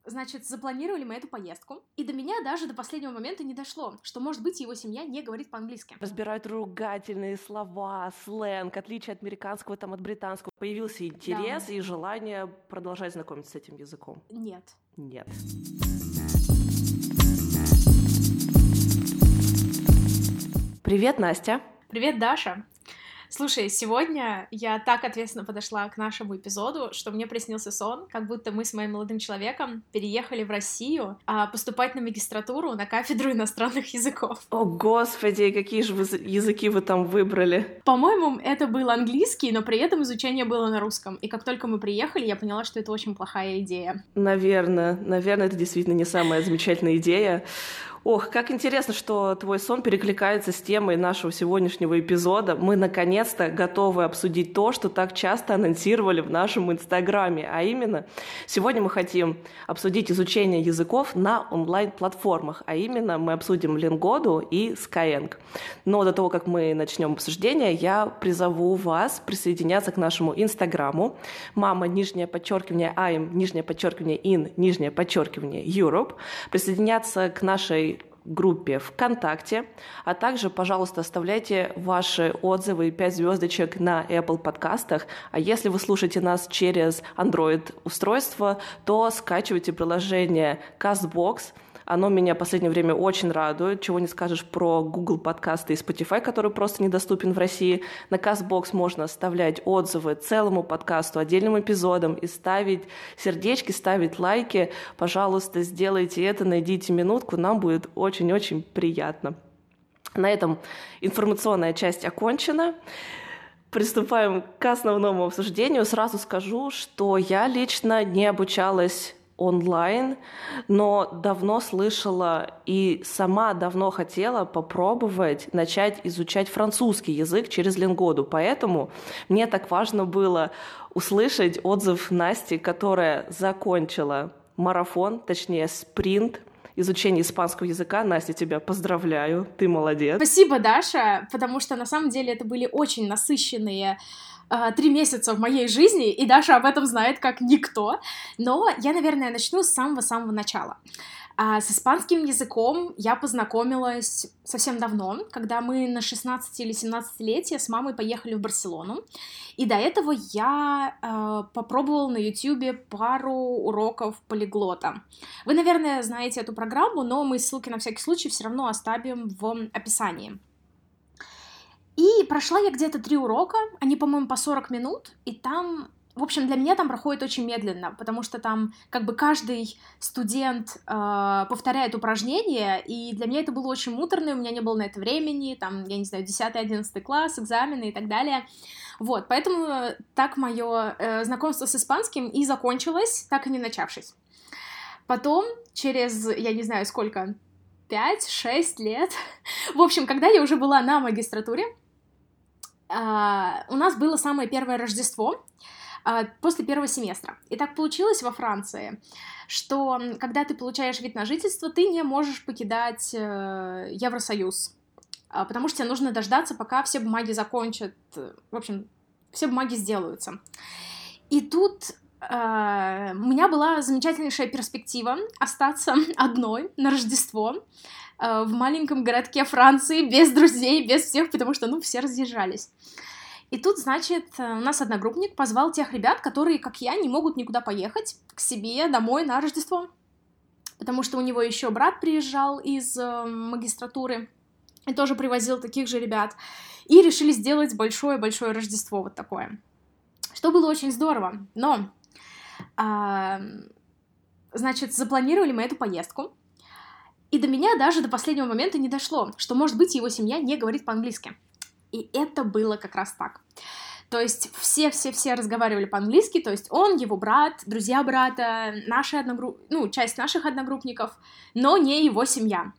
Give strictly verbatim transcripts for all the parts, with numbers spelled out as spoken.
Значит, запланировали мы эту поездку, и до меня даже до последнего момента не дошло, что, может быть, его семья не говорит по-английски. Разбирают ругательные слова, сленг, отличия от американского, там, от британского. Появился интерес Да. и желание продолжать знакомиться с этим языком? Нет. Нет. Привет, Настя. Привет, Даша. Слушай, сегодня я так ответственно подошла к нашему эпизоду, что мне приснился сон, как будто мы с моим молодым человеком переехали в Россию а, поступать на магистратуру на кафедру иностранных языков. О, господи, какие же вы языки вы там выбрали? По-моему, это был английский, но при этом изучение было на русском. И как только мы приехали, я поняла, что это очень плохая идея. Наверное, наверное, это действительно не самая замечательная идея. Ох, как интересно, что твой сон перекликается с темой нашего сегодняшнего эпизода. Мы, наконец-то, готовы обсудить то, что так часто анонсировали в нашем Инстаграме. А именно, сегодня мы хотим обсудить изучение языков на онлайн-платформах. А именно, мы обсудим Lingodo и Skyeng. Но до того, как мы начнем обсуждение, я призову вас присоединяться к нашему Инстаграму. Мама, нижнее подчеркивание, I'm, нижнее подчеркивание, in, нижнее подчеркивание, Europe. Присоединяться к нашей группе ВКонтакте, а также, пожалуйста, оставляйте ваши отзывы и пять звездочек на Apple подкастах, а если вы слушаете нас через Android-устройство, то скачивайте приложение CastBox. Оно меня в последнее время очень радует. Чего не скажешь про Google подкасты и Spotify, который просто недоступен в России. На CastBox можно оставлять отзывы целому подкасту, отдельным эпизодам и ставить сердечки, ставить лайки. Пожалуйста, сделайте это, найдите минутку, нам будет очень-очень приятно. На этом информационная часть окончена. Приступаем к основному обсуждению. Сразу скажу, что я лично не обучалась онлайн, но давно слышала и сама давно хотела попробовать начать изучать французский язык через Lingodo. Поэтому мне так важно было услышать отзыв Насти, которая закончила марафон, точнее спринт изучения испанского языка. Настя, тебя поздравляю, ты молодец. Спасибо, Даша, потому что на самом деле это были очень насыщенные три месяца в моей жизни, и Даша об этом знает как никто. Но я, наверное, начну с самого-самого начала. А с испанским языком я познакомилась совсем давно, когда мы на шестнадцати- или семнадцатилетие с мамой поехали в Барселону. И до этого я э, попробовала на Ютьюбе пару уроков полиглота. Вы, наверное, знаете эту программу, но мы ссылки на всякий случай все равно оставим в описании. И прошла я где-то три урока, они, по-моему, по сорок минут, и там, в общем, для меня там проходит очень медленно, потому что там как бы каждый студент э, повторяет упражнения, и для меня это было очень муторно, у меня не было на это времени, там, я не знаю, десятый-одиннадцатый класс, экзамены и так далее. Вот, поэтому так мое э, знакомство с испанским и закончилось, так и не начавшись. Потом, через, я не знаю сколько, пять-шесть лет, в общем, когда я уже была на магистратуре, Uh, у нас было самое первое Рождество uh, после первого семестра. И так получилось во Франции, что когда ты получаешь вид на жительство, ты не можешь покидать uh, Евросоюз, uh, потому что тебе нужно дождаться, пока все бумаги закончат, в общем, все бумаги сделаются. И тут uh, у меня была замечательнейшая перспектива остаться одной на Рождество в маленьком городке Франции, без друзей, без всех, потому что, ну, все разъезжались. И тут, значит, у нас одногруппник позвал тех ребят, которые, как я, не могут никуда поехать к себе домой на Рождество, потому что у него еще брат приезжал из э, магистратуры и тоже привозил таких же ребят, и решили сделать большое-большое Рождество вот такое, что было очень здорово. Но, э, значит, запланировали мы эту поездку, и до меня даже до последнего момента не дошло, что, может быть, его семья не говорит по-английски. И это было как раз так. То есть все-все-все разговаривали по-английски, то есть он, его брат, друзья брата, наши одногруп... ну, часть наших одногруппников, но не его семья.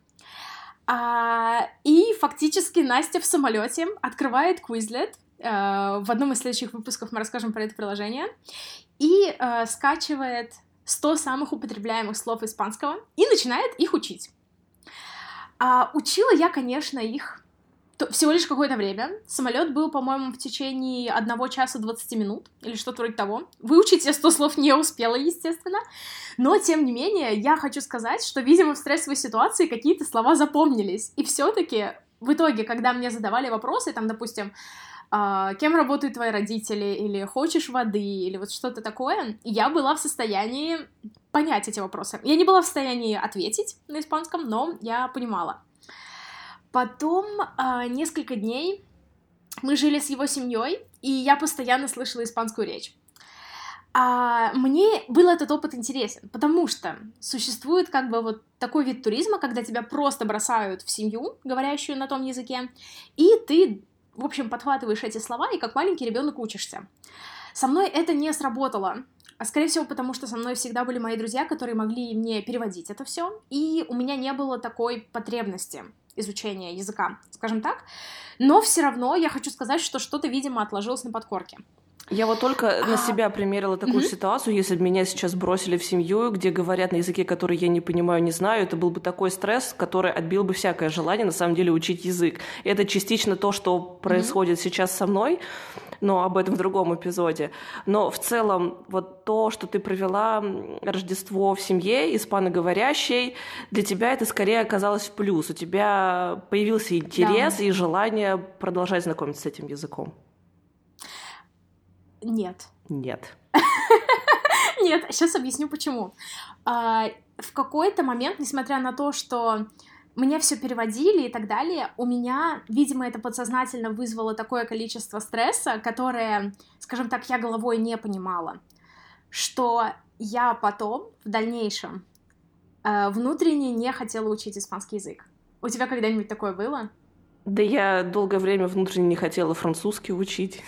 А, и фактически Настя в самолете открывает Quizlet. А, в одном из следующих выпусков мы расскажем про это приложение. И а, скачивает сто самых употребляемых слов испанского и начинает их учить. А, учила я, конечно, их то всего лишь какое-то время. Самолет был, по-моему, в течение одного часа двадцати минут, или что-то вроде того. Выучить я сто слов не успела, естественно. Но, тем не менее, я хочу сказать, что, видимо, в стрессовой ситуации какие-то слова запомнились. И все-таки в итоге, когда мне задавали вопросы, там, допустим, Uh, кем работают твои родители, или хочешь воды, или вот что-то такое, я была в состоянии понять эти вопросы. Я не была в состоянии ответить на испанском, но я понимала. Потом uh, несколько дней мы жили с его семьей, и я постоянно слышала испанскую речь. А мне был этот опыт интересен, потому что существует как бы вот такой вид туризма, когда тебя просто бросают в семью, говорящую на том языке, и ты в общем, подхватываешь эти слова и как маленький ребенок учишься. Со мной это не сработало. Скорее всего, потому что со мной всегда были мои друзья, которые могли мне переводить это все, и у меня не было такой потребности изучения языка, скажем так. Но все равно я хочу сказать, что что-то, видимо, отложилось на подкорке. Я вот только на А, себя примерила такую мгм. ситуацию, если бы меня сейчас бросили в семью, где говорят на языке, который я не понимаю, не знаю, это был бы такой стресс, который отбил бы всякое желание на самом деле учить язык. И это частично то, что происходит сейчас со мной, но об этом в другом эпизоде. Но в целом вот то, что ты провела м, Рождество в семье испаноговорящей, для тебя это скорее оказалось в плюс. У тебя появился Да. интерес и желание продолжать знакомиться с этим языком. Нет. Нет. Нет, сейчас объясню почему. А, в какой-то момент, несмотря на то, что мне все переводили и так далее, у меня, видимо, это подсознательно вызвало такое количество стресса, которое, скажем так, я головой не понимала, что я потом, в дальнейшем, э, внутренне не хотела учить испанский язык. У тебя когда-нибудь такое было? Да я долгое время внутренне не хотела французский учить.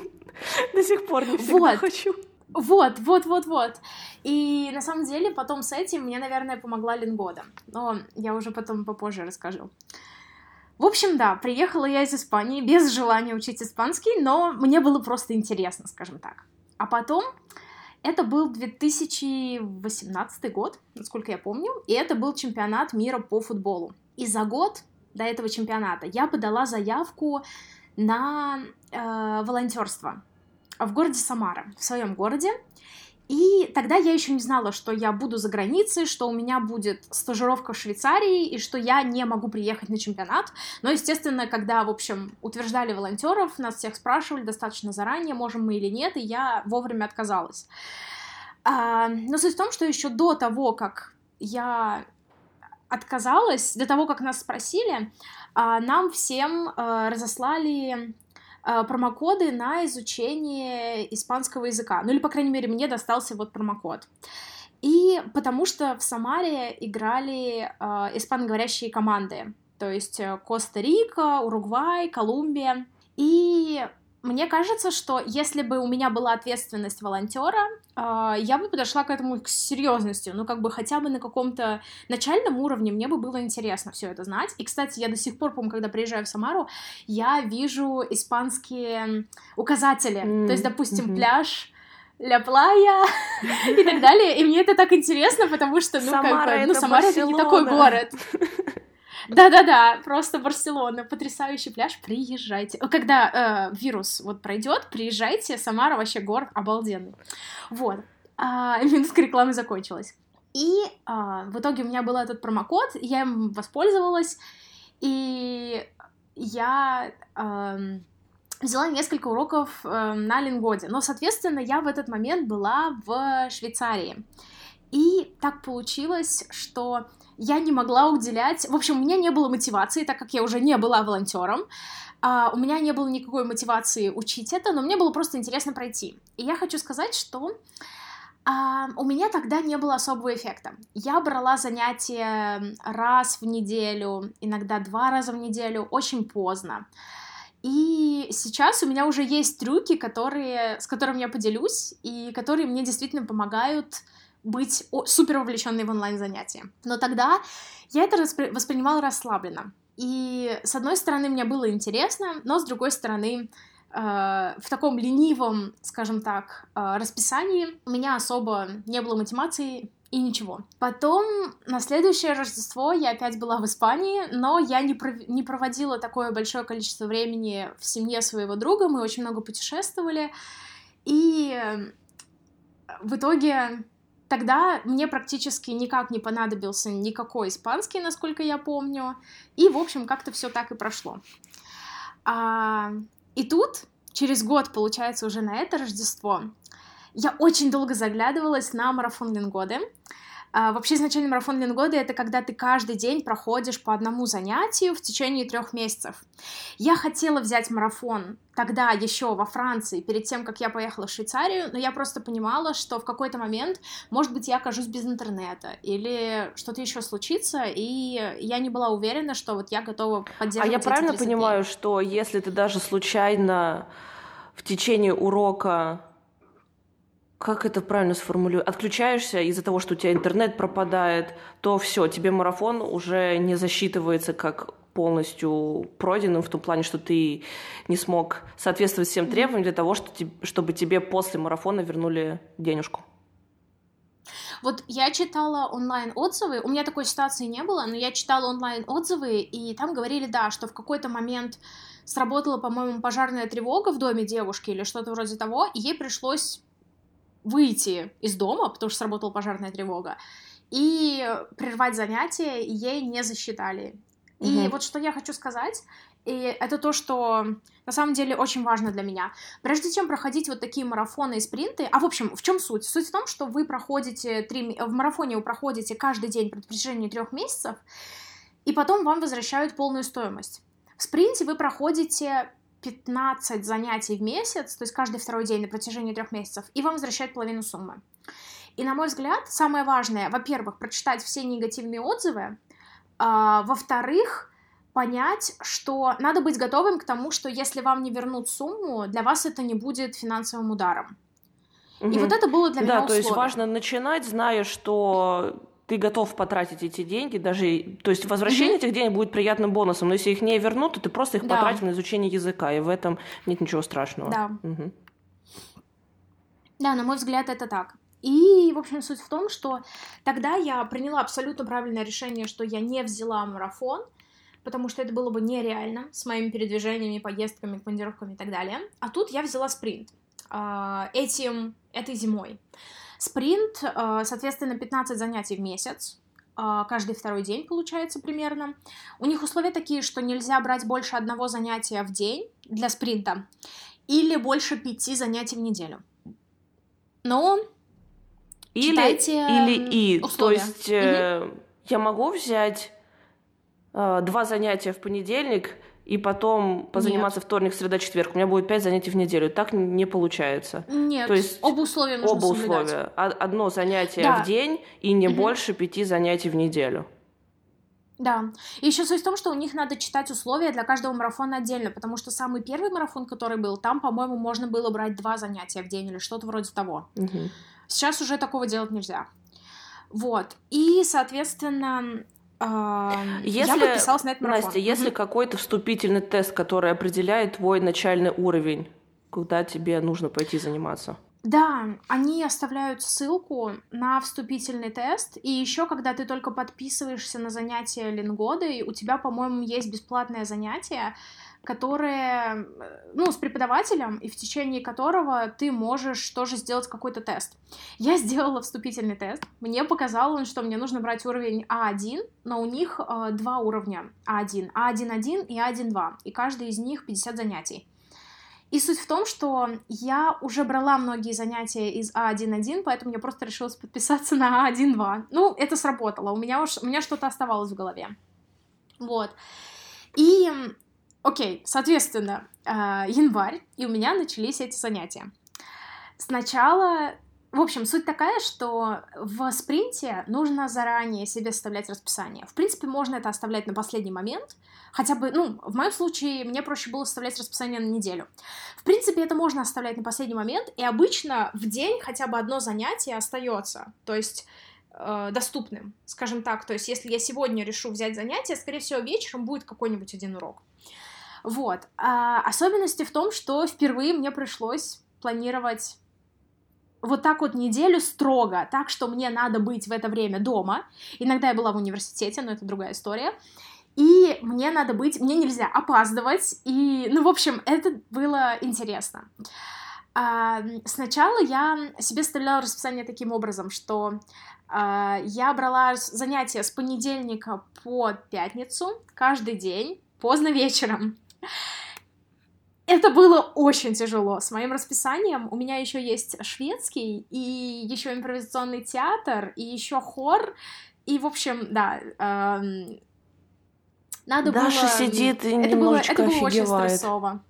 До сих пор не всегда Вот. хочу. Вот, вот, вот, вот. И на самом деле потом с этим мне, наверное, помогла Лингода. Но я уже потом попозже расскажу. В общем, да, приехала я из Испании без желания учить испанский, но мне было просто интересно, скажем так. А потом, это был две тысячи восемнадцатый год, насколько я помню, и это был чемпионат мира по футболу. И за год до этого чемпионата я подала заявку на э, волонтерство в городе Самара, в своем городе. И тогда я еще не знала, что я буду за границей, что у меня будет стажировка в Швейцарии, и что я не могу приехать на чемпионат. Но, естественно, когда, в общем, утверждали волонтеров, нас всех спрашивали достаточно заранее, можем мы или нет, и я вовремя отказалась. А, но суть в том, что еще до того, как я отказалась, до того, как нас спросили, а, нам всем а, разослали промокоды на изучение испанского языка. Ну или, по крайней мере, мне достался вот промокод. И потому что в Самаре играли э, испаноговорящие команды. То есть Коста-Рика, Уругвай, Колумбия. И мне кажется, что если бы у меня была ответственность волонтера, э, я бы подошла к этому с серьезностью. Ну, как бы хотя бы на каком-то начальном уровне мне бы было интересно все это знать. И, кстати, я до сих пор, помню, когда приезжаю в Самару, я вижу испанские указатели. Mm-hmm. То есть, допустим, mm-hmm. пляж Ля Плая и так далее. И мне это так интересно, потому что, ну, Самара как бы, ну, это Самара это не такой город. Да-да-да, просто Барселона, потрясающий пляж, приезжайте. Когда э, вирус вот пройдет, приезжайте, Самара вообще город обалденный. Вот, а, минутка рекламы закончилась. И а, в итоге у меня был этот промокод, я им воспользовалась, и я а, взяла несколько уроков а, на Лингоде. Но, соответственно, я в этот момент была в Швейцарии. И так получилось, что я не могла уделять... В общем, у меня не было мотивации, так как я уже не была волонтером. Uh, у меня не было никакой мотивации учить это, но мне было просто интересно пройти. И я хочу сказать, что uh, у меня тогда не было особого эффекта. Я брала занятия раз в неделю, иногда два раза в неделю, очень поздно. И сейчас у меня уже есть трюки, которые, с которыми я поделюсь, и которые мне действительно помогают быть супер вовлеченной в онлайн-занятия. Но тогда я это распри- воспринимала расслабленно. И, с одной стороны, мне было интересно, но, с другой стороны, э, в таком ленивом, скажем так, э, расписании у меня особо не было мотивации и ничего. Потом на следующее Рождество я опять была в Испании, но я не, пров... не проводила такое большое количество времени в семье своего друга, мы очень много путешествовали, и в итоге тогда мне практически никак не понадобился никакой испанский, насколько я помню, и, в общем, как-то все так и прошло. А... И тут, через год, получается, уже на это Рождество, я очень долго заглядывалась на марафон Лингоды. А, вообще, изначально марафон Лингоды — это когда ты каждый день проходишь по одному занятию в течение трех месяцев. Я хотела взять марафон тогда еще во Франции, перед тем, как я поехала в Швейцарию, но я просто понимала, что в какой-то момент, может быть, я окажусь без интернета, или что-то еще случится, и я не была уверена, что вот я готова поддерживать. А я эти правильно тридцать понимаю, дней. что если ты даже случайно в течение урока, как это правильно сформулировать, отключаешься из-за того, что у тебя интернет пропадает, то все, тебе марафон уже не засчитывается как полностью пройденным в том плане, что ты не смог соответствовать всем требованиям для того, чтобы тебе после марафона вернули денежку. Вот я читала онлайн-отзывы, у меня такой ситуации не было, но я читала онлайн-отзывы, и там говорили, да, что в какой-то момент сработала, по-моему, пожарная тревога в доме девушки или что-то вроде того, и ей пришлось выйти из дома, потому что сработала пожарная тревога, и прервать занятия, и ей не засчитали. Угу. И вот что я хочу сказать, и это то, что на самом деле очень важно для меня. Прежде чем проходить вот такие марафоны и спринты, а в общем, в чем суть? Суть в том, что вы проходите, три, в марафоне вы проходите каждый день при протяжении трех месяцев, и потом вам возвращают полную стоимость. В спринте вы проходите пятнадцать занятий в месяц, то есть каждый второй день на протяжении трех месяцев, и вам возвращают половину суммы. И, на мой взгляд, самое важное, во-первых, прочитать все негативные отзывы, а, во-вторых, понять, что надо быть готовым к тому, что если вам не вернут сумму, для вас это не будет финансовым ударом. Угу. И вот это было для меня да, условие. То есть важно начинать, зная, что ты готов потратить эти деньги, даже, то есть возвращение mm-hmm. этих денег будет приятным бонусом, но если их не вернут, то ты просто их да. потратил на изучение языка, и в этом нет ничего страшного. Да. Угу. Да, на мой взгляд, это так. И, в общем, суть в том, что тогда я приняла абсолютно правильное решение, что я не взяла марафон, потому что это было бы нереально с моими передвижениями, поездками, командировками и так далее. А тут я взяла спринт этим, этой зимой. Спринт, соответственно, пятнадцать занятий в месяц, каждый второй день получается примерно. У них условия такие, что нельзя брать больше одного занятия в день для спринта или больше пяти занятий в неделю. Но или, читайте или и, условия. То есть э, угу. я могу взять э, два занятия в понедельник и потом позаниматься Нет. вторник, среда, четверг. У меня будет пять занятий в неделю. Так не получается. Нет, То есть оба условия нужно оба соблюдать. условия. Одно занятие да. в день и не угу. больше пяти занятий в неделю. Да. И еще суть в том, что у них надо читать условия для каждого марафона отдельно, потому что самый первый марафон, который был, там, по-моему, можно было брать два занятия в день или что-то вроде того. Угу. Сейчас уже такого делать нельзя. Вот. И, соответственно... Если, я подписалась на этот марафон. Настя, если угу. какой-то вступительный тест, который определяет твой начальный уровень, куда тебе нужно пойти заниматься? Да, они оставляют ссылку на вступительный тест, и еще, когда ты только подписываешься на занятия Лингоды, у тебя, по-моему, есть бесплатное занятие, которое, ну, с преподавателем, и в течение которого ты можешь тоже сделать какой-то тест. Я сделала вступительный тест, мне показал он, что мне нужно брать уровень А один, но у них э, два уровня А один, А один точка один и А один точка два, и каждый из них пятьдесят занятий. И суть в том, что я уже брала многие занятия из А один точка один, поэтому я просто решила подписаться на А один точка два. Ну, это сработало, у меня, уж, у меня что-то оставалось в голове. Вот. И... Окей, соответственно, январь, и у меня начались эти занятия. Сначала, в общем, суть такая, что в спринте нужно заранее себе составлять расписание. В принципе, можно это оставлять на последний момент, хотя бы, ну, в моем случае мне проще было составлять расписание на неделю. В принципе, это можно оставлять на последний момент, и обычно в день хотя бы одно занятие остается, то есть э, доступным, скажем так. То есть если я сегодня решу взять занятие, скорее всего, вечером будет какой-нибудь один урок. Вот. А особенности в том, что впервые мне пришлось планировать вот так вот неделю строго, так что мне надо быть в это время дома. Иногда я была в университете, но это другая история. И мне надо быть, мне нельзя опаздывать. И, ну, в общем, это было интересно. А, сначала я себе составляла расписание таким образом, что а, я брала занятия с понедельника по пятницу каждый день, поздно вечером. Это было очень тяжело с моим расписанием. У меня еще есть шведский, и еще импровизационный театр, и еще хор. И, в общем, да, эм, надо Даша было... сидит и это было, немножечко это было очень офигевает. стрессово.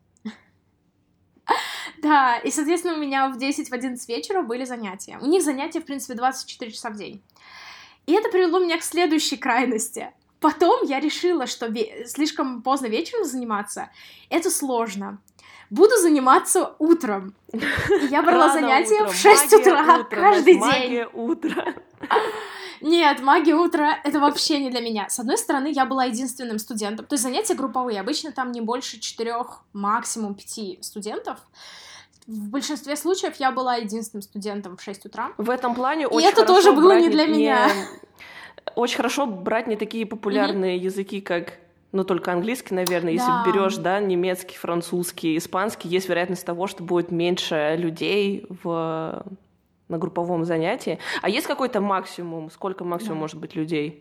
Да, и, соответственно, у меня в десять-одиннадцать вечера были занятия. У них занятия, в принципе, двадцать четыре часа в день. И это привело меня к следующей крайности. Потом я решила, что ве- слишком поздно вечером заниматься — это сложно. Буду заниматься утром. И я брала Рано занятия утром, в шесть магия утра утра, каждый Настя, день. магия утра. Нет, магия утра — это вообще не для меня. С одной стороны, я была единственным студентом. То есть занятия групповые. Обычно там не больше четырех, максимум пяти студентов. В большинстве случаев я была единственным студентом в шесть утра. В этом плане И очень это хорошо тоже было брать не для меня. Очень хорошо брать не такие популярные языки, как, ну, только английский, наверное. Если Да. берешь, да, немецкий, французский, испанский, есть вероятность того, что будет меньше людей в... на групповом занятии. А есть какой-то максимум? Сколько максимум Да. может быть людей?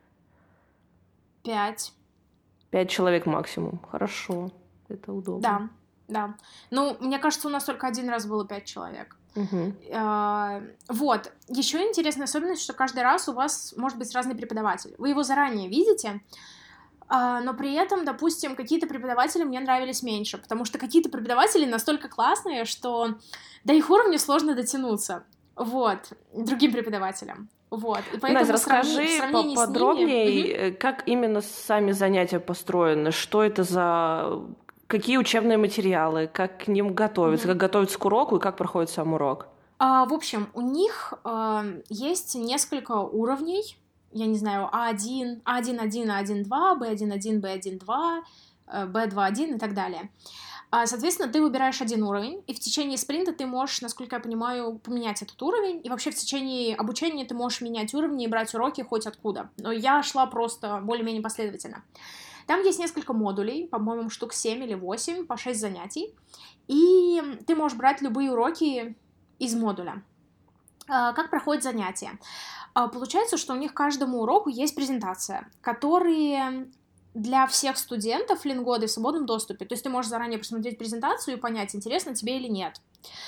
Пять. Пять человек максимум. Хорошо. Это удобно. Да, да. Ну, мне кажется, у нас только один раз было пять человек. Угу. А, вот. Еще интересная особенность, что каждый раз у вас может быть разный преподаватель. Вы его заранее видите, а, но при этом, допустим, какие-то преподаватели мне нравились меньше, потому что какие-то преподаватели настолько классные, что до их уровня сложно дотянуться. Вот. Другим преподавателям. Вот. И поэтому Настя, расскажи сравни- сравнение поподробнее, с ними... Мгм. как именно сами занятия построены, что это за... Какие учебные материалы, как к ним готовиться, Мгм. как готовиться к уроку и как проходит сам урок? А, в общем, у них а, есть несколько уровней, я не знаю, А один, А один один, А один два, Б один один, Б один два, э, Б два один и так далее. А, соответственно, ты выбираешь один уровень, и в течение спринта ты можешь, насколько я понимаю, поменять этот уровень, и вообще в течение обучения ты можешь менять уровни и брать уроки хоть откуда. Но я шла просто более-менее последовательно. Там есть несколько модулей, по-моему, штук семь или восемь, по шесть занятий, и ты можешь брать любые уроки из модуля. А, Как проходит занятие? А, Получается, что у них каждому уроку есть презентация, которые для всех студентов Лингоды в свободном доступе. То есть ты можешь заранее посмотреть презентацию и понять, интересно тебе или нет.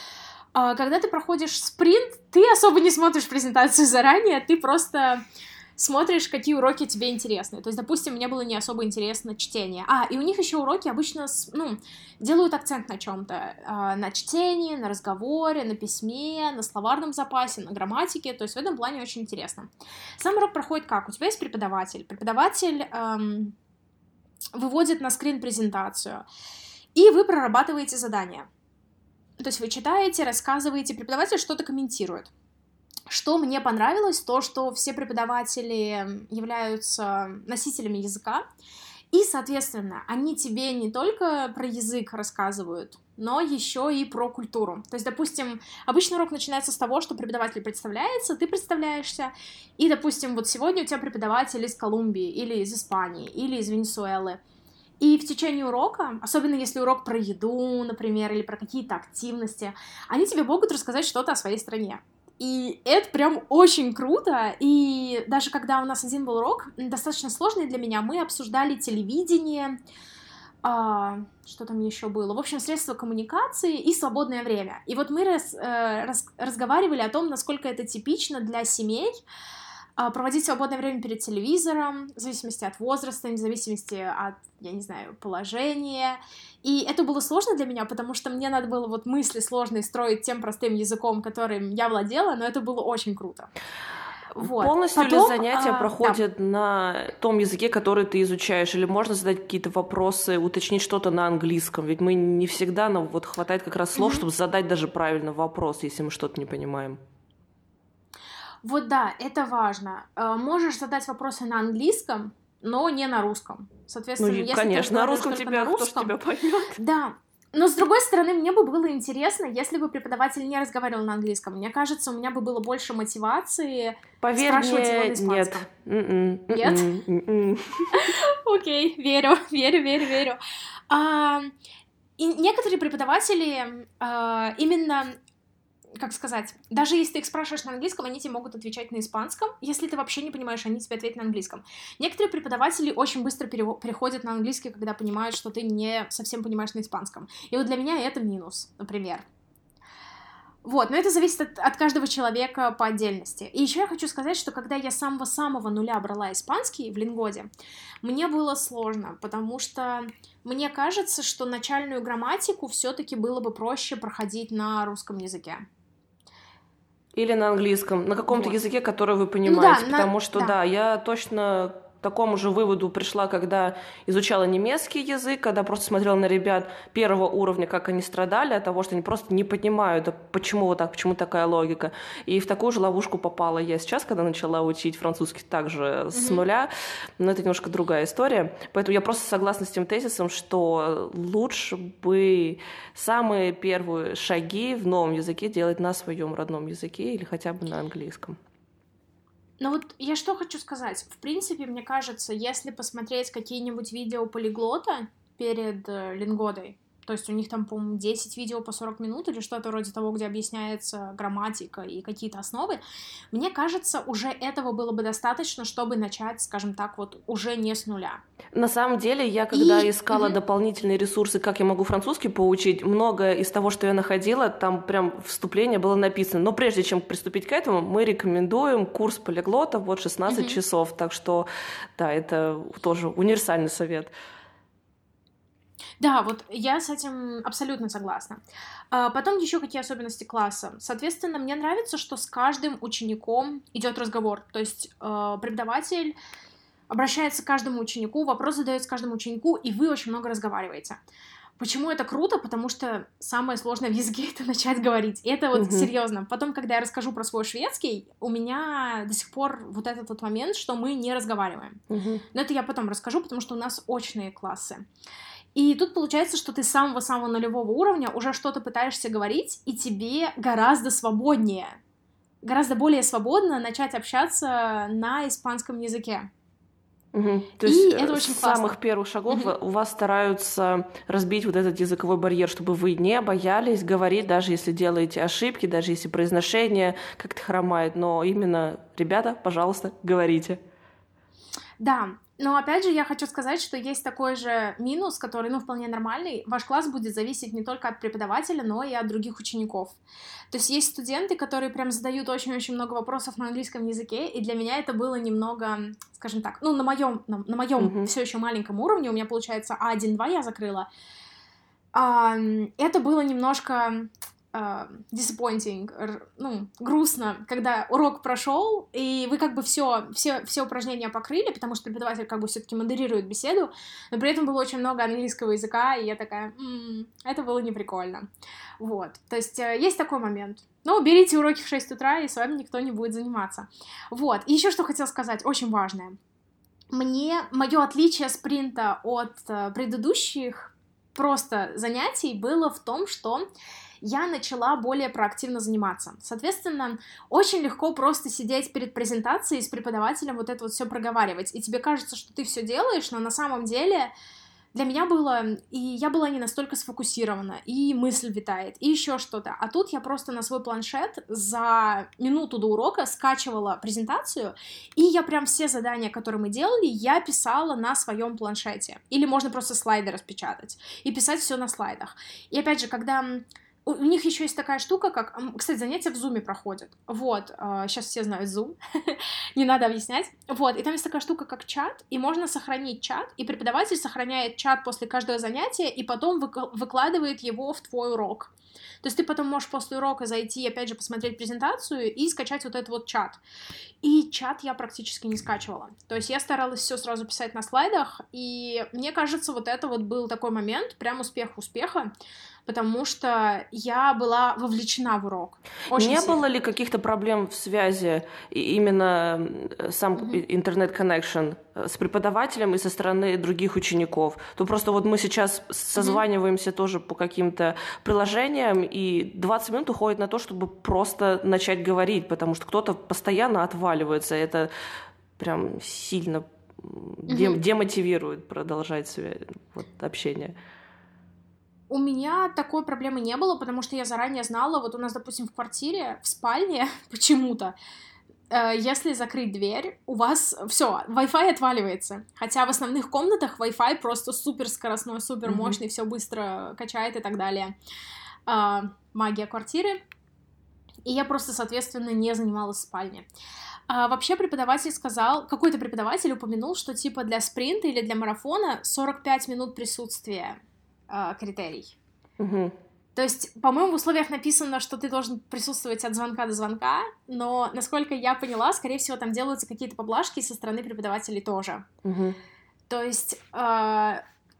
А, Когда ты проходишь спринт, ты особо не смотришь презентацию заранее, ты просто смотришь, какие уроки тебе интересны. То есть, допустим, мне было не особо интересно чтение. А, и у них еще уроки обычно, с- ну, делают акцент на чем-то. На чтении, на разговоре, на письме, на словарном запасе, на грамматике. То есть в этом плане очень интересно. Сам урок проходит как? У тебя есть преподаватель. Преподаватель эм, выводит на скрин презентацию, и вы прорабатываете задания. То есть вы читаете, рассказываете, преподаватель что-то комментирует. Что мне понравилось, то, что все преподаватели являются носителями языка, и, соответственно, они тебе не только про язык рассказывают, но еще и про культуру. То есть, допустим, обычный урок начинается с того, что преподаватель представляется, ты представляешься, и, допустим, вот сегодня у тебя преподаватель из Колумбии, или из Испании, или из Венесуэлы. И в течение урока, особенно если урок про еду, например, или про какие-то активности, они тебе могут рассказать что-то о своей стране. И это прям очень круто, и даже когда у нас один был урок, достаточно сложный для меня, мы обсуждали телевидение, а, что там еще было, в общем, средства коммуникации и свободное время. И вот мы раз, э, раз, разговаривали о том, насколько это типично для семей, а, проводить свободное время перед телевизором, в зависимости от возраста, в зависимости от, я не знаю, положения. И это было сложно для меня, потому что мне надо было вот мысли сложные строить тем простым языком, которым я владела, но это было очень круто. Вот. Полностью Потом, ли занятия а, проходят да. на том языке, который ты изучаешь, или можно задать какие-то вопросы, уточнить что-то на английском? Ведь мы не всегда, нам вот хватает как раз слов, mm-hmm. чтобы задать даже правильно вопрос, если мы что-то не понимаем. Вот да, это важно. Можешь задать вопросы на английском, но не на русском. Соответственно, ну, если конечно, ты на русском только тебя, на русском, кто ж тебя поймет? Да. Но, с другой стороны, мне бы было интересно, если бы преподаватель не разговаривал на английском. Мне кажется, у меня бы было больше мотивации Поверь спрашивать его мне, на испанском. нет. М-м, Нет? м-м, м-м. Окей, верю, верю, верю, верю. А, и некоторые преподаватели а, именно, как сказать, даже если ты их спрашиваешь на английском, они тебе могут отвечать на испанском. Если ты вообще не понимаешь, они тебе ответят на английском. Некоторые преподаватели очень быстро перево- переходят на английский, когда понимают, что ты не совсем понимаешь на испанском. И вот для меня это минус, например. Вот, но это зависит от, от каждого человека по отдельности. И еще я хочу сказать, что когда я с самого-самого нуля брала испанский в Лингоде, мне было сложно, потому что мне кажется, что начальную грамматику все-таки было бы проще проходить на русском языке. Или на английском, на каком-то Вот. языке, который вы Ну да, понимаете, на- потому что, да. да, я точно к такому же выводу пришла, когда изучала немецкий язык, когда просто смотрела на ребят первого уровня, как они страдали от того, что они просто не понимают, а почему вот так, почему такая логика. И в такую же ловушку попала я сейчас, когда начала учить французский также с Мгм. нуля, но это немножко другая история. Поэтому я просто согласна с тем тезисом, что лучше бы самые первые шаги в новом языке делать на своем родном языке или хотя бы на английском. Но вот я что хочу сказать. В принципе, мне кажется, если посмотреть какие-нибудь видео полиглота перед э, Лингодой, то есть у них там, по-моему, десять видео по сорок минут или что-то вроде того, где объясняется грамматика и какие-то основы, мне кажется, уже этого было бы достаточно, чтобы начать, скажем так, вот уже не с нуля. На самом деле, я когда И... искала Мгм. дополнительные ресурсы, как я могу французский поучить, многое из того, что я находила, там прям вступление было написано. Но прежде чем приступить к этому, мы рекомендуем курс полиглота, вот шестнадцать Мгм. часов. Так что, да, это тоже универсальный совет. Да, вот я с этим абсолютно согласна. А, Потом еще какие особенности класса. Соответственно, мне нравится, что с каждым учеником идет разговор. То есть э, преподаватель обращается к каждому ученику, вопрос задается каждому ученику, и вы очень много разговариваете. Почему это круто? Потому что самое сложное в языке — это начать говорить. И это вот Мгм. серьезно. Потом, когда я расскажу про свой шведский, у меня до сих пор вот этот вот момент, что мы не разговариваем. Мгм. Но это я потом расскажу, потому что у нас очные классы. И тут получается, что ты с самого-самого нулевого уровня уже что-то пытаешься говорить, и тебе гораздо свободнее, гораздо более свободно начать общаться на испанском языке. Мгм. То есть И э, это с очень классно. самых первых шагов Мгм. у вас стараются разбить вот этот языковой барьер, чтобы вы не боялись говорить, даже если делаете ошибки, даже если произношение как-то хромает, но именно, ребята, пожалуйста, говорите. Да, но опять же я хочу сказать, что есть такой же минус, который, ну, вполне нормальный. Ваш класс будет зависеть не только от преподавателя, но и от других учеников. То есть есть студенты, которые прям задают очень-очень много вопросов на английском языке, и для меня это было немного, скажем так, ну, на моем, на, на моем Мгм. все еще маленьком уровне, у меня, получается, а один два я закрыла, а, это было немножко а, disappointing, р- ну, грустно, когда урок прошел, и вы как бы все, все, все упражнения покрыли, потому что преподаватель как бы все-таки модерирует беседу, но при этом было очень много английского языка, и я такая, «М, это было неприкольно». Вот, то есть э, есть такой момент. Ну, берите уроки в шесть утра, и с вами никто не будет заниматься. Вот, и еще что хотела сказать, очень важное. Мне, мое отличие спринта от э, предыдущих просто занятий было в том, что я начала более проактивно заниматься. Соответственно, очень легко просто сидеть перед презентацией с преподавателем, вот это вот все проговаривать. И тебе кажется, что ты все делаешь, но на самом деле для меня было, и я была не настолько сфокусирована, и мысль витает, и еще что-то. А тут я просто на свой планшет за минуту до урока скачивала презентацию, и я прям все задания, которые мы делали, я писала на своем планшете. Или можно просто слайды распечатать и писать все на слайдах. И опять же, когда у у них еще есть такая штука, как... м, Кстати, занятия в Зуме проходят. Вот, сейчас все знают Zoom, не надо объяснять. Вот, и там есть такая штука, как чат, и можно сохранить чат, и преподаватель сохраняет чат после каждого занятия, и потом вык- выкладывает его в твой урок. То есть ты потом можешь после урока зайти, опять же, посмотреть презентацию и скачать вот этот вот чат. И чат я практически не скачивала. То есть я старалась все сразу писать на слайдах, и мне кажется, вот это вот был такой момент, прям успех успеха, потому что я была вовлечена в урок. Очень Не сильно. было ли каких-то проблем в связи, и именно сам Мгм. интернет-коннекшн с преподавателем и со стороны других учеников? То просто вот мы сейчас Мгм. созваниваемся тоже по каким-то приложениям, и двадцать минут уходит на то, чтобы просто начать говорить, потому что кто-то постоянно отваливается. Это прям сильно дем- Мгм. демотивирует продолжать свя- вот, общение. У меня такой проблемы не было, потому что я заранее знала, вот у нас, допустим, в квартире, в спальне почему-то, э, если закрыть дверь, у вас все, Wi-Fi отваливается. Хотя в основных комнатах Wi-Fi просто супер скоростной, супер Мгм. мощный, все быстро качает и так далее. А, магия квартиры. И я просто, соответственно, не занималась в спальне. А, вообще преподаватель сказал, какой-то преподаватель упомянул, что типа для спринта или для марафона сорок пять минут присутствия а, критерий. Мгм. То есть, по-моему, в условиях написано, что ты должен присутствовать от звонка до звонка, но, насколько я поняла, скорее всего, там делаются какие-то поблажки со стороны преподавателей тоже. Мгм. То есть э,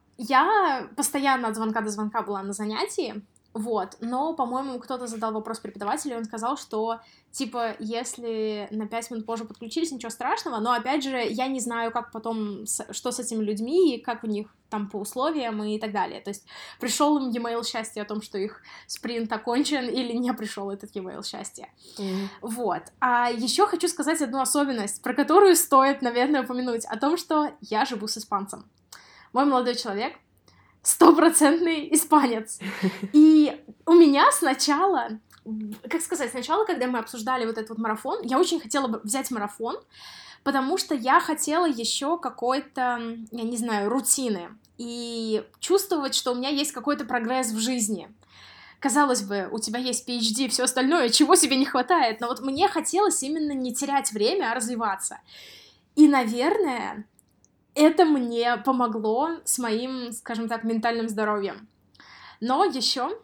я постоянно от звонка до звонка была на занятии, вот, но, по-моему, кто-то задал вопрос преподавателю, и он сказал, что, типа, если на пять минут позже подключились, ничего страшного, но, опять же, я не знаю, как потом, с- что с этими людьми, и как у них там по условиям и так далее. То есть пришел им e-mail счастья о том, что их спринт окончен, или не пришел этот e-mail счастья. Мгм. Вот. А еще хочу сказать одну особенность, про которую стоит, наверное, упомянуть, о том, что я живу с испанцем. Мой молодой человек стопроцентный испанец. И у меня сначала, как сказать, сначала, когда мы обсуждали вот этот вот марафон, я очень хотела бы взять марафон, потому что я хотела еще какой-то, я не знаю, рутины и чувствовать, что у меня есть какой-то прогресс в жизни. Казалось бы, у тебя есть пи эйч ди и все остальное, чего тебе не хватает, но вот мне хотелось именно не терять время, а развиваться. И, наверное, это мне помогло с моим, скажем так, ментальным здоровьем. Но еще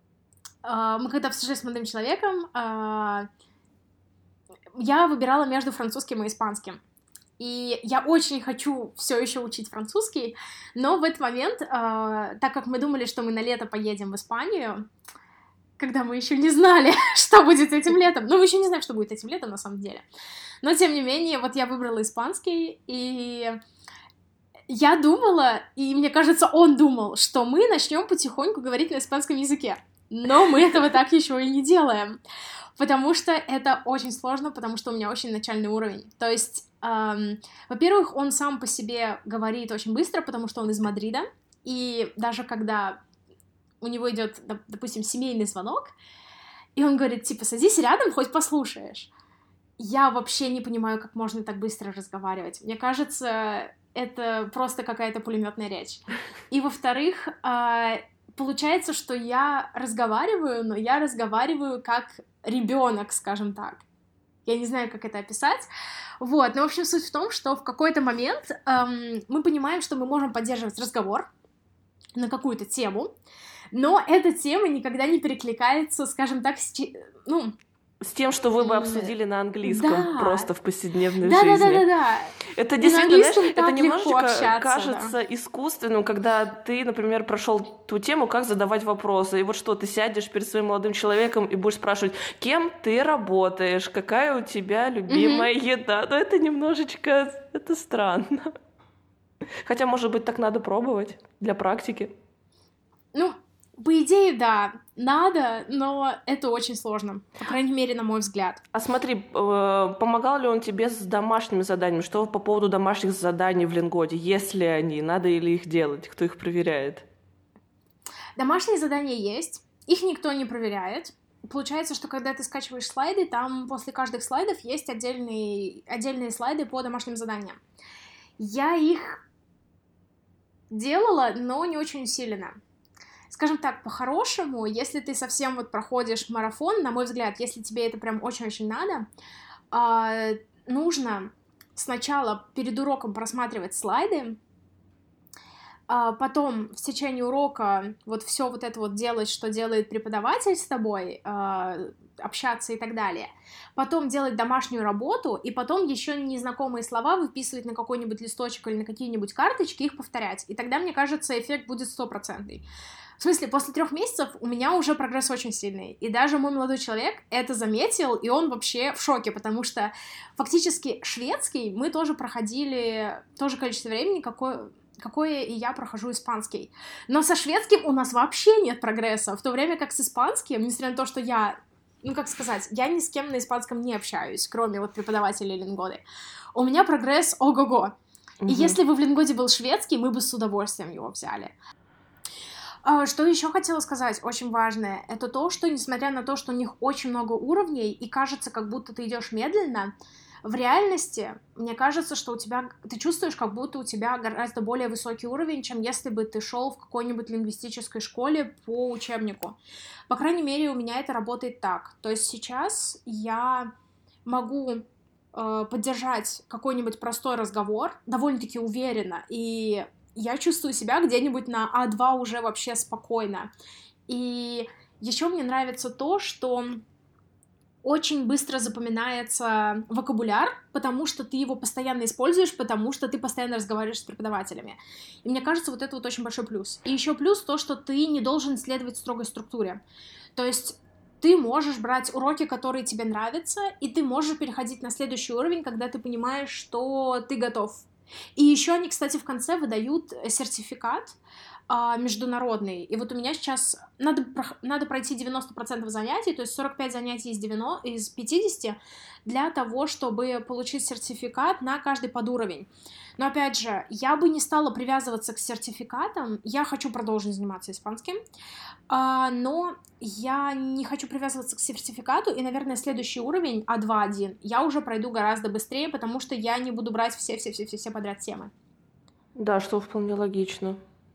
мы когда обсуждали с молодым человеком, я выбирала между французским и испанским. И я очень хочу все еще учить французский, но в этот момент, так как мы думали, что мы на лето поедем в Испанию, когда мы еще не знали, что будет этим летом. Ну, мы еще не знаем, что будет этим летом, на самом деле. Но, тем не менее, вот я выбрала испанский, и я думала, и мне кажется, он думал, что мы начнем потихоньку говорить на испанском языке. Но мы этого так еще и не делаем. Потому что это очень сложно, потому что у меня очень начальный уровень. То есть, эм, во-первых, он сам по себе говорит очень быстро, потому что он из Мадрида. И даже когда у него идет, допустим, семейный звонок, и он говорит, типа, садись рядом, хоть послушаешь. Я вообще не понимаю, как можно так быстро разговаривать. Мне кажется, это просто какая-то пулеметная речь. И, во-вторых, получается, что я разговариваю, но я разговариваю как ребенок, скажем так. Я не знаю, как это описать. Вот, но, в общем, суть в том, что в какой-то момент эм, мы понимаем, что мы можем поддерживать разговор на какую-то тему, но эта тема никогда не перекликается, скажем так, с, ну... С тем, что вы бы обсудили на английском, да. просто в повседневной да, жизни. Да-да-да. да. Это И действительно, знаешь, так это немножечко общаться, кажется да. искусственным, когда ты, например, прошел ту тему, как задавать вопросы. И вот что, ты сядешь перед своим молодым человеком и будешь спрашивать, кем ты работаешь, какая у тебя любимая mm-hmm. еда. Но это немножечко, это странно. Хотя, может быть, так надо пробовать для практики. Ну, по идее, да, надо, но это очень сложно, по крайней мере, на мой взгляд. А смотри, помогал ли он тебе с домашними заданиями? Что по поводу домашних заданий в Лингоде? Есть ли они? Надо ли их делать? Кто их проверяет? Домашние задания есть, их никто не проверяет. Получается, что когда ты скачиваешь слайды, там после каждых слайдов есть отдельные, отдельные слайды по домашним заданиям. Я их делала, но не очень усиленно. Скажем так, по-хорошему, если ты совсем вот проходишь марафон, на мой взгляд, если тебе это прям очень-очень надо, э, нужно сначала перед уроком просматривать слайды, э, потом в течение урока вот все вот это вот делать, что делает преподаватель с тобой, э, общаться и так далее. Потом делать домашнюю работу, и потом еще незнакомые слова выписывать на какой-нибудь листочек или на какие-нибудь карточки, их повторять. И тогда, мне кажется, эффект будет стопроцентный. В смысле, после трех месяцев у меня уже прогресс очень сильный. И даже мой молодой человек это заметил, и он вообще в шоке, потому что фактически шведский мы тоже проходили то же количество времени, какое, какое и я прохожу испанский. Но со шведским у нас вообще нет прогресса, в то время как с испанским, несмотря на то, что я, ну как сказать, я ни с кем на испанском не общаюсь, кроме вот преподавателей Лингоды, у меня прогресс ого-го. Угу. И если бы в Лингоде был шведский, мы бы с удовольствием его взяли. Что еще хотела сказать, очень важное, это то, что, несмотря на то, что у них очень много уровней, и кажется, как будто ты идешь медленно, в реальности, мне кажется, что у тебя, ты чувствуешь, как будто у тебя гораздо более высокий уровень, чем если бы ты шел в какой-нибудь лингвистической школе по учебнику. По крайней мере, у меня это работает так. То есть сейчас я могу э, поддержать какой-нибудь простой разговор довольно-таки уверенно, и я чувствую себя где-нибудь на а два уже вообще спокойно. И еще мне нравится то, что очень быстро запоминается вокабуляр, потому что ты его постоянно используешь, потому что ты постоянно разговариваешь с преподавателями. И мне кажется, вот это вот очень большой плюс. И еще плюс то, что ты не должен следовать строгой структуре. То есть ты можешь брать уроки, которые тебе нравятся, и ты можешь переходить на следующий уровень, когда ты понимаешь, что ты готов. И еще они, кстати, в конце выдают сертификат а, международный. И вот у меня сейчас надо, надо пройти девяносто процентов занятий, то есть сорок пять занятий из, девяноста, из пятидесяти, для того, чтобы получить сертификат на каждый подуровень. Но, опять же, я бы не стала привязываться к сертификатам, я хочу продолжить заниматься испанским, а, но я не хочу привязываться к сертификату, и, наверное, следующий уровень, а два один, я уже пройду гораздо быстрее, потому что я не буду брать все-все-все-все подряд темы. Да, что вполне логично.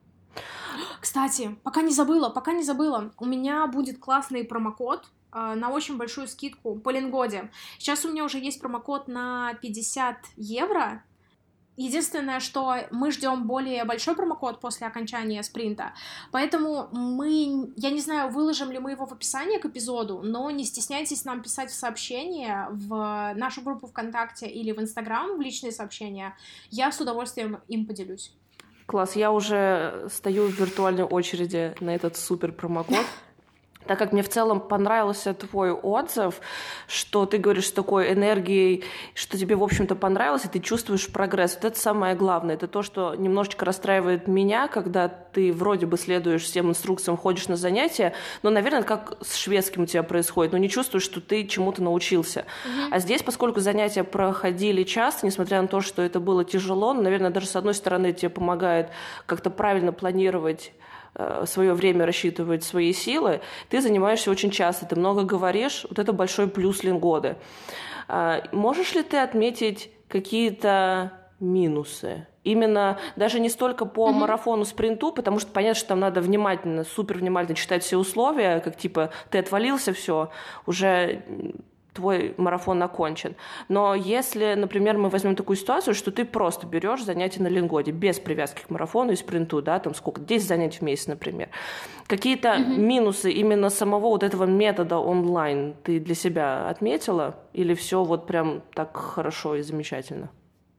Кстати, пока не забыла, пока не забыла, у меня будет классный промокод э, на очень большую скидку по Лингоде. Сейчас у меня уже есть промокод на пятьдесят евро. Единственное, что мы ждем более большой промокод после окончания спринта, поэтому мы, я не знаю, выложим ли мы его в описании к эпизоду, но не стесняйтесь нам писать в сообщения в нашу группу ВКонтакте или в Инстаграм, в личные сообщения, я с удовольствием им поделюсь. Класс, я уже стою в виртуальной очереди на этот супер промокод. Так как мне в целом понравился твой отзыв, что ты говоришь с такой энергией, что тебе, в общем-то, понравилось, и ты чувствуешь прогресс. Вот это самое главное. Это то, что немножечко расстраивает меня, когда ты вроде бы следуешь всем инструкциям, ходишь на занятия, но, наверное, как с шведским у тебя происходит, но не чувствуешь, что ты чему-то научился. Mm-hmm. А здесь, поскольку занятия проходили часто, несмотря на то, что это было тяжело, но, наверное, даже с одной стороны тебе помогает как-то правильно планировать свое время, рассчитывать свои силы, ты занимаешься очень часто, ты много говоришь, вот это большой плюс Лингоды. Можешь ли ты отметить какие-то минусы? Именно даже не столько по mm-hmm. марафону, спринту, потому что понятно, что там надо внимательно, супер внимательно читать все условия, как типа ты отвалился, все, уже твой марафон окончен. Но если, например, мы возьмем такую ситуацию, что ты просто берешь занятия на Лингоде без привязки к марафону и спринту, да, там сколько, десять занятий в месяц, например. Какие-то mm-hmm. минусы именно самого вот этого метода онлайн ты для себя отметила? Или все вот прям так хорошо и замечательно?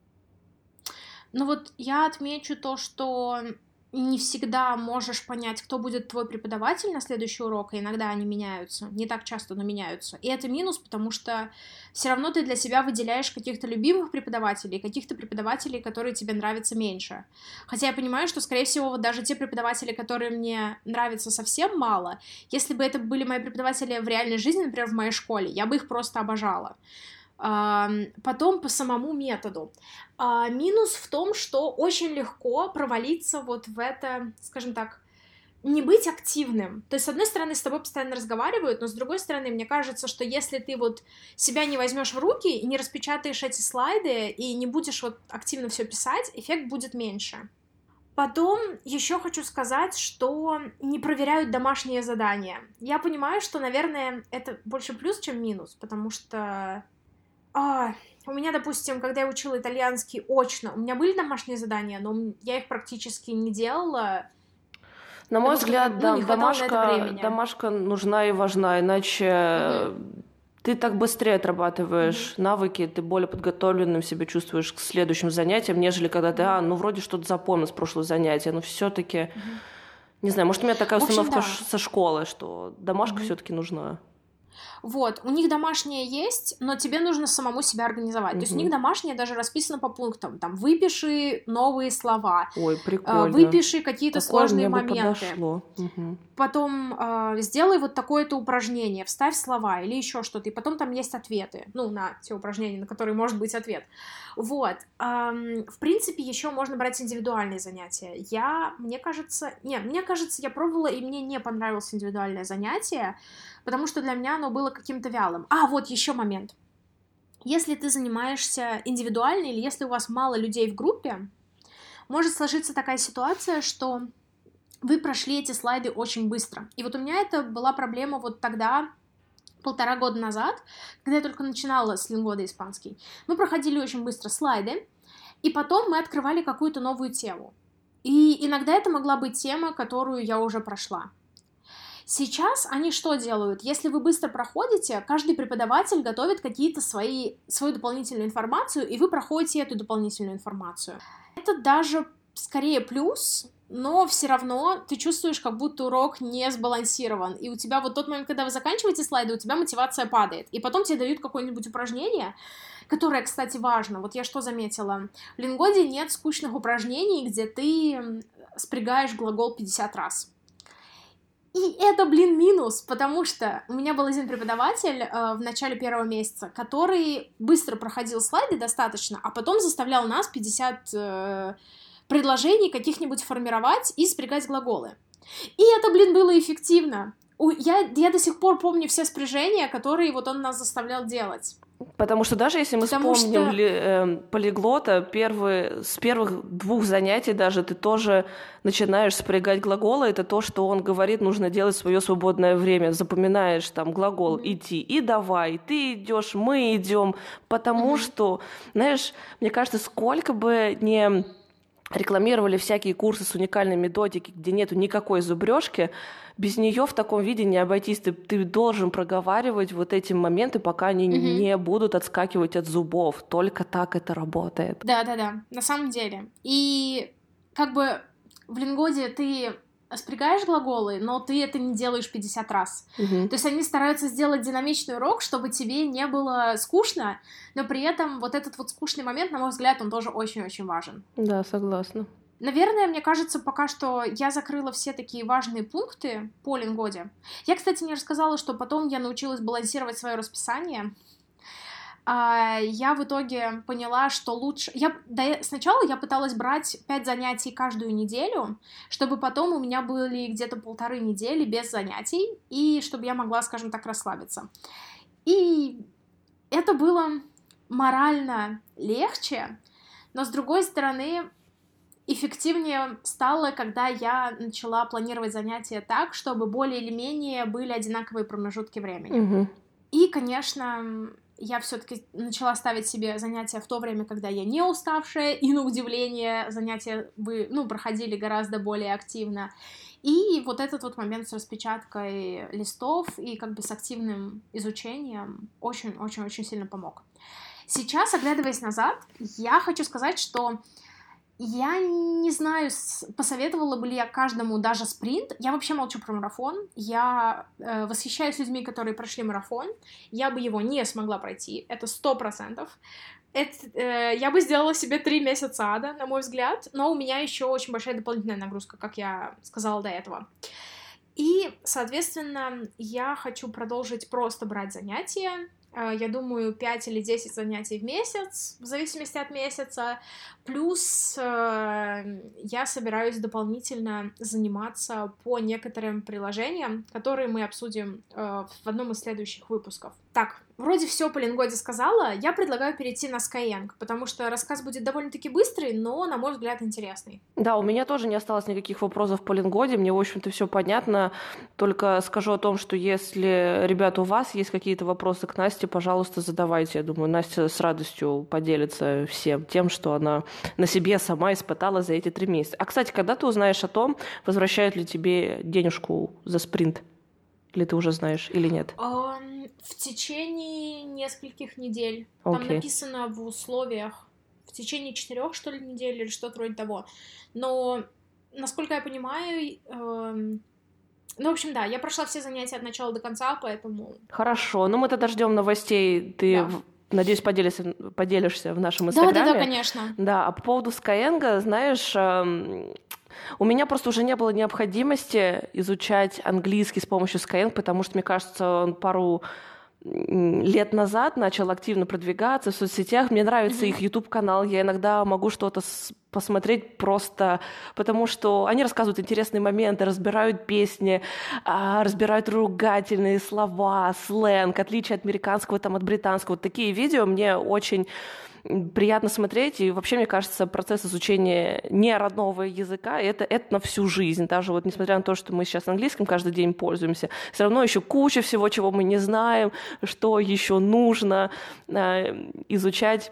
Ну вот я отмечу то, что не всегда можешь понять, кто будет твой преподаватель на следующий урок, и иногда они меняются, не так часто, но меняются. И это минус, потому что все равно ты для себя выделяешь каких-то любимых преподавателей, каких-то преподавателей, которые тебе нравятся меньше. Хотя я понимаю, что, скорее всего, вот даже те преподаватели, которые мне нравятся совсем мало, если бы это были мои преподаватели в реальной жизни, например, в моей школе, я бы их просто обожала. Потом по самому методу. Минус в том, что очень легко провалиться вот в это, скажем так, не быть активным. То есть, с одной стороны, с тобой постоянно разговаривают, но с другой стороны, мне кажется, что если ты вот себя не возьмешь в руки и не распечатаешь эти слайды и не будешь вот активно все писать, эффект будет меньше. Потом еще хочу сказать, что не проверяют домашние задания. Я понимаю, что, наверное, это больше плюс, чем минус, потому что А, у меня, допустим, когда я учила итальянский очно, у меня были домашние задания, но я их практически не делала. На мой взгляд, что, ну, да, домашка, домашка нужна и важна, иначе угу. Ты так быстрее отрабатываешь mm-hmm. навыки, ты более подготовленным себя чувствуешь к следующим занятиям, нежели когда ты, а, ну, вроде что-то запомнил с прошлого занятия, но все-таки, mm-hmm. не знаю, может, у меня такая общем, установка да. со школы, что домашка mm-hmm. все-таки нужна. Вот, у них домашнее есть, но тебе нужно самому себя организовать. Mm-hmm. То есть у них домашнее даже расписано по пунктам. Там, выпиши новые слова. Ой, прикольно. Выпиши какие-то Такое сложные мне бы моменты. подошло. Угу. Потом э, сделай вот такое-то упражнение, вставь слова или еще что-то. И потом там есть ответы. Ну, на те упражнения, на которые может быть ответ. Вот. Эм, в принципе, еще можно брать индивидуальные занятия. Я, мне кажется... Нет, мне кажется, я пробовала, и мне не понравилось индивидуальное занятие, потому что для меня оно было каким-то вялым. А, вот еще момент. Если ты занимаешься индивидуально или если у вас мало людей в группе, может сложиться такая ситуация, что вы прошли эти слайды очень быстро. И вот у меня это была проблема вот тогда, полтора года назад, когда я только начинала с лингвода испанский. Мы проходили очень быстро слайды, и потом мы открывали какую-то новую тему. И иногда это могла быть тема, которую я уже прошла. Сейчас они что делают? Если вы быстро проходите, каждый преподаватель готовит какие-то свои, свою дополнительную информацию, и вы проходите эту дополнительную информацию. Это даже скорее плюс, но все равно ты чувствуешь, как будто урок не сбалансирован. И у тебя вот тот момент, когда вы заканчиваете слайды, у тебя мотивация падает. И потом тебе дают какое-нибудь упражнение, которое, кстати, важно. Вот я что заметила. В лингводе нет скучных упражнений, где ты спрягаешь глагол пятьдесят раз. И это, блин, минус, потому что у меня был один преподаватель э, в начале первого месяца, который быстро проходил слайды достаточно, а потом заставлял нас пятьдесят э, предложений каких-нибудь формировать и спрягать глаголы. И это, блин, было эффективно. У, я, я до сих пор помню все спряжения, которые вот он нас заставлял делать. Потому что даже если мы Потому вспомним что... ли, э, полиглота, первые, с первых двух занятий даже ты тоже начинаешь спрягать глаголы. Это то, что он говорит, нужно делать в свое свободное время. Запоминаешь там глагол mm-hmm. идти и давай, ты идешь, мы идем. Потому mm-hmm. что, знаешь, мне кажется, сколько бы не рекламировали всякие курсы с уникальной методикой, где нету никакой зубрежки, без нее в таком виде не обойтись. Ты, ты должен проговаривать вот эти моменты, пока они mm-hmm. не будут отскакивать от зубов. Только так это работает. Да-да-да, на самом деле. И как бы в лингводе ты спрягаешь глаголы, но ты это не делаешь пятьдесят раз. Mm-hmm. То есть они стараются сделать динамичный урок, чтобы тебе не было скучно, но при этом вот этот вот скучный момент, на мой взгляд, он тоже очень-очень важен. Да, согласна. Наверное, мне кажется, пока что я закрыла все такие важные пункты по лингводе. Я, кстати, не рассказала, что потом я научилась балансировать свое расписание. Я в итоге поняла, что лучше... Я... Сначала я пыталась брать пять занятий каждую неделю, чтобы потом у меня были где-то полторы недели без занятий, и чтобы я могла, скажем так, расслабиться. И это было морально легче, но, с другой стороны, эффективнее стало, когда я начала планировать занятия так, чтобы более или менее были одинаковые промежутки времени. Угу. И, конечно, я все-таки начала ставить себе занятия в то время, когда я не уставшая, и, на удивление, занятия бы, ну, проходили гораздо более активно. И вот этот вот момент с распечаткой листов и как бы с активным изучением очень-очень-очень сильно помог. Сейчас, оглядываясь назад, я хочу сказать, что я не знаю, посоветовала бы ли я каждому даже спринт. Я вообще молчу про марафон. Я э, восхищаюсь людьми, которые прошли марафон. Я бы его не смогла пройти. Это сто процентов. Это, э, я бы сделала себе три месяца ада, на мой взгляд. Но у меня еще очень большая дополнительная нагрузка, как я сказала до этого. И, соответственно, я хочу продолжить просто брать занятия. Я думаю, пять или десять занятий в месяц, в зависимости от месяца. Плюс э, я собираюсь дополнительно заниматься по некоторым приложениям, которые мы обсудим э, в одном из следующих выпусков. Так, вроде все по лингводе сказала. Я предлагаю перейти на Skyeng, потому что рассказ будет довольно-таки быстрый, но, на мой взгляд, интересный. Да, у меня тоже не осталось никаких вопросов по лингводе. Мне, в общем-то, все понятно. Только скажу о том, что если, ребята, у вас есть какие-то вопросы к Насте, пожалуйста, задавайте. Я думаю, Настя с радостью поделится всем тем, что она на себе сама испытала за эти три месяца. А, кстати, когда ты узнаешь о том, возвращают ли тебе денежку за спринт? Или ты уже знаешь, или нет? Um, В течение нескольких недель. Okay. Там написано в условиях в течение четырех, что ли, недель или что-то вроде того. Но, насколько я понимаю, эм... ну, в общем, да, я прошла все занятия от начала до конца, поэтому... Хорошо, ну мы тогда ждем новостей. Ты, да. надеюсь, поделишься, поделишься в нашем инстаграме. Да-да-да, конечно. Да, а по поводу Skyeng, знаешь... Эм... У меня просто уже не было необходимости изучать английский с помощью Skyeng, потому что, мне кажется, он пару лет назад начал активно продвигаться в соцсетях. Мне нравится mm-hmm. их YouTube-канал. Я иногда могу что-то с- посмотреть просто потому, что они рассказывают интересные моменты, разбирают песни, а, разбирают ругательные слова, сленг, отличия от американского, там, от британского. Вот такие видео мне очень приятно смотреть, и вообще, мне кажется, процесс изучения не родного языка, это, это на всю жизнь, даже вот несмотря на то, что мы сейчас английским каждый день пользуемся, все равно еще куча всего, чего мы не знаем, что еще нужно э, изучать,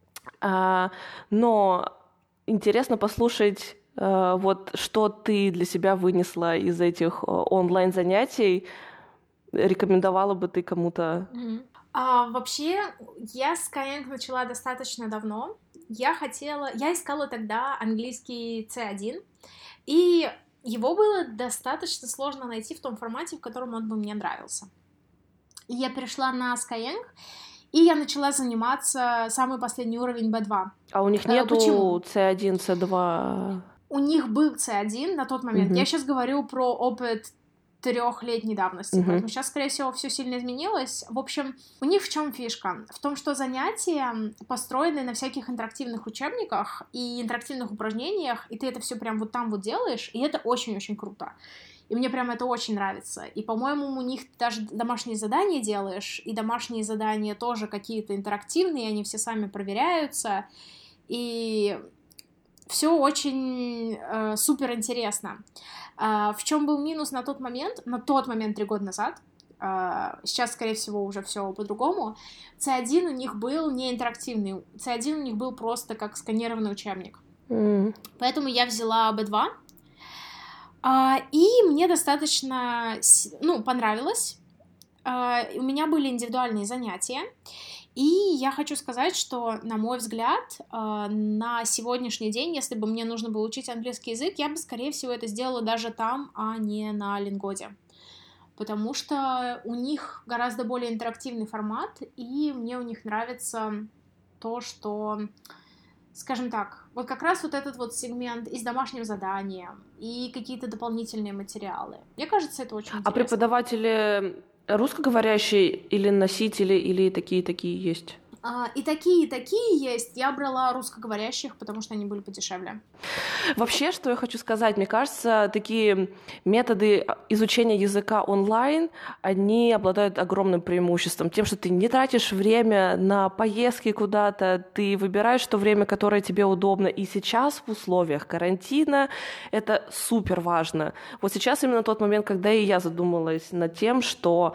а, но интересно послушать, э, вот что ты для себя вынесла из этих онлайн-занятий, рекомендовала бы ты кому-то? Mm-hmm. А, вообще, я Skyeng начала достаточно давно. Я хотела... Я искала тогда английский си один, и его было достаточно сложно найти в том формате, в котором он бы мне нравился. И я перешла на Skyeng, и я начала заниматься самый последний уровень би два. А у них нету Почему? си один, си два? У них был си один на тот момент. Mm-hmm. Я сейчас говорю про опыт трехлетней давности, uh-huh. поэтому сейчас, скорее всего, все сильно изменилось. В общем, у них в чем фишка? В том, что занятия построены на всяких интерактивных учебниках и интерактивных упражнениях, и ты это все прям вот там вот делаешь, и это очень-очень круто. И мне прям это очень нравится. И, по-моему, у них даже домашние задания делаешь, и домашние задания тоже какие-то интерактивные, они все сами проверяются, и все очень э, супер интересно. Uh, в чем был минус на тот момент, на тот момент три года назад, uh, сейчас, скорее всего, уже все по-другому, си один у них был не интерактивный, си один у них был просто как сканированный учебник. Mm. Поэтому я взяла би два, uh, и мне достаточно, ну, понравилось. Uh, у меня были индивидуальные занятия, и я хочу сказать, что, на мой взгляд, на сегодняшний день, если бы мне нужно было учить английский язык, я бы, скорее всего, это сделала даже там, а не на Лингоде. Потому что у них гораздо более интерактивный формат, и мне у них нравится то, что, скажем так, вот как раз вот этот вот сегмент и с домашним заданием, и какие-то дополнительные материалы. Мне кажется, это очень интересно. А преподаватели... Русскоговорящие или носители, или такие-такие есть? А, и такие, и такие есть. Я брала русскоговорящих, потому что они были подешевле. Вообще, что я хочу сказать, мне кажется, такие методы изучения языка онлайн, они обладают огромным преимуществом. Тем, что ты не тратишь время на поездки куда-то, ты выбираешь то время, которое тебе удобно. И сейчас в условиях карантина это супер важно. Вот сейчас именно тот момент, когда и я задумалась над тем, что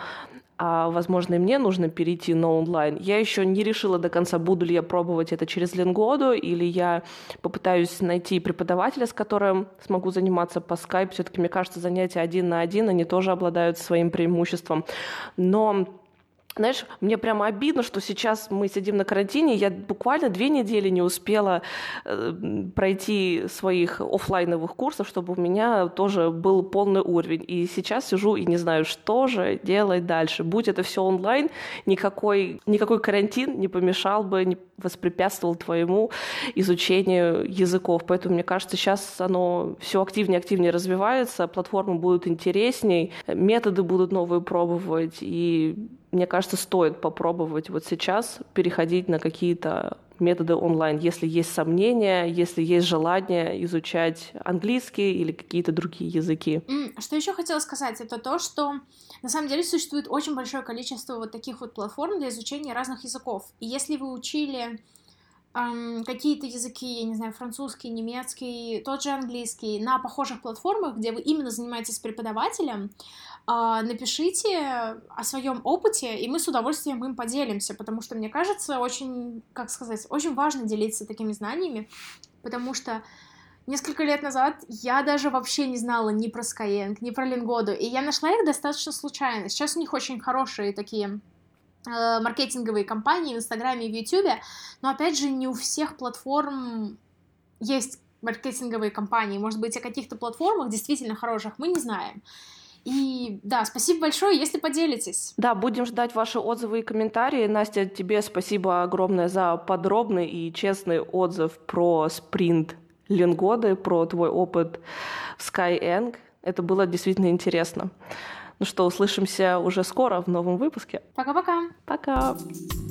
а, возможно, и мне нужно перейти на онлайн. Я еще не решила до конца, буду ли я пробовать это через Лингоду, или я попытаюсь найти преподавателя, с которым смогу заниматься по скайпу. Все-таки, мне кажется, занятия один на один, они тоже обладают своим преимуществом. Но... Знаешь, мне прямо обидно, что сейчас мы сидим на карантине, я буквально две недели не успела э, пройти своих офлайновых курсов, чтобы у меня тоже был полный уровень. И сейчас сижу и не знаю, что же делать дальше. Будь это все онлайн, никакой, никакой карантин не помешал бы, не воспрепятствовал твоему изучению языков. Поэтому, мне кажется, сейчас оно все активнее и активнее развивается, платформы будут интересней, методы будут новые пробовать, и мне кажется, стоит попробовать вот сейчас переходить на какие-то методы онлайн, если есть сомнения, если есть желание изучать английский или какие-то другие языки. Mm, что еще хотела сказать, это то, что на самом деле существует очень большое количество вот таких вот платформ для изучения разных языков. И если вы учили эм, какие-то языки, я не знаю, французский, немецкий, тот же английский, на похожих платформах, где вы именно занимаетесь с преподавателем, напишите о своем опыте, и мы с удовольствием им поделимся, потому что, мне кажется, очень, как сказать, очень важно делиться такими знаниями, потому что несколько лет назад я даже вообще не знала ни про Skyeng, ни про Lingodo, и я нашла их достаточно случайно. Сейчас у них очень хорошие такие э, маркетинговые кампании в Инстаграме и в Ютубе, но, опять же, не у всех платформ есть маркетинговые кампании. Может быть, о каких-то платформах действительно хороших мы не знаем. И да, спасибо большое, если поделитесь. Да, будем ждать ваши отзывы и комментарии. Настя, тебе спасибо огромное за подробный и честный отзыв про спринт Лингоды, про твой опыт в Skyeng. Это было действительно интересно. Ну что, услышимся уже скоро в новом выпуске. Пока-пока. Пока.